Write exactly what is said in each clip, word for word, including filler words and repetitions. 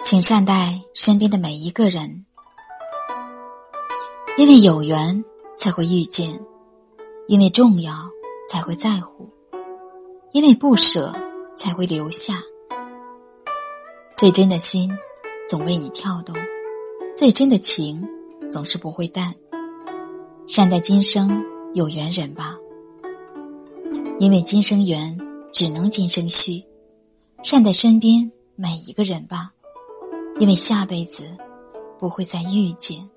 请善待身边的每一个人，因为有缘才会遇见，因为重要才会在乎，因为不舍才会留下。最真的心总为你跳动，最真的情总是不会淡。善待今生有缘人吧，因为今生缘只能今生续。善待身边每一个人吧，因为下辈子不会再遇见。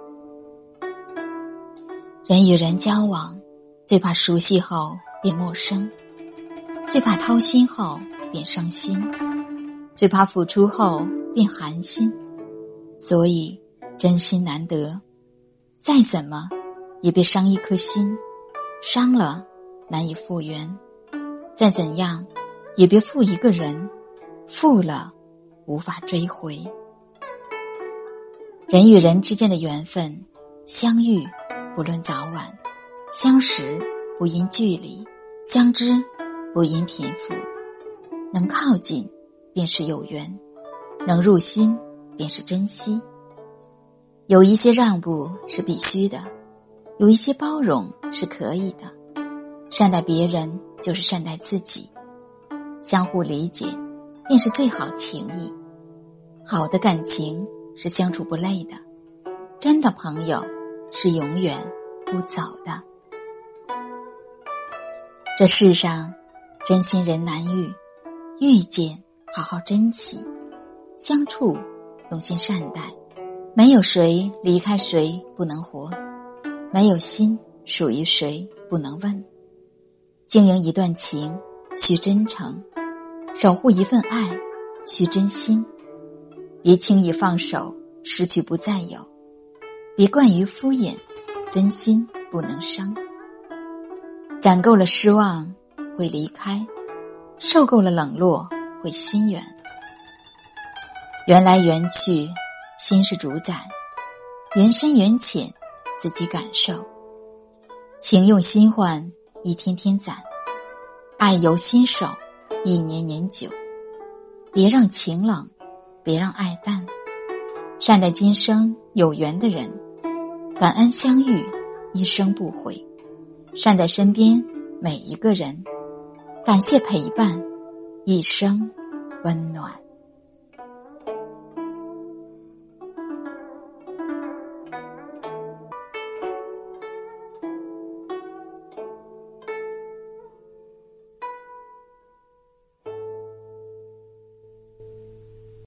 人与人交往，最怕熟悉后变陌生，最怕掏心后变伤心，最怕付出后变寒心。所以真心难得，再怎么也别伤一颗心，伤了难以复原。再怎样也别负一个人，负了无法追回。人与人之间的缘分，相遇不论早晚，相识不因距离，相知不因贫富。能靠近便是有缘，能入心便是珍惜。有一些让步是必须的，有一些包容是可以的。善待别人就是善待自己，相互理解便是最好情谊。好的感情是相处不累的，真的朋友是永远不走的。这世上真心人难遇，遇见好好珍惜，相处用心善待。没有谁离开谁不能活，没有心属于谁不能问。经营一段情需真诚，守护一份爱需真心。别轻易放手，失去不再有。别惯于敷衍，真心不能伤。攒够了失望会离开，受够了冷落会心远。缘来缘去心是主宰，缘深缘浅自己感受。情用心换，一天天攒，爱由心守，一年年久。别让情冷，别让爱淡。善待今生有缘的人，感恩相遇一生不悔。善待身边每一个人，感谢陪伴一生温暖。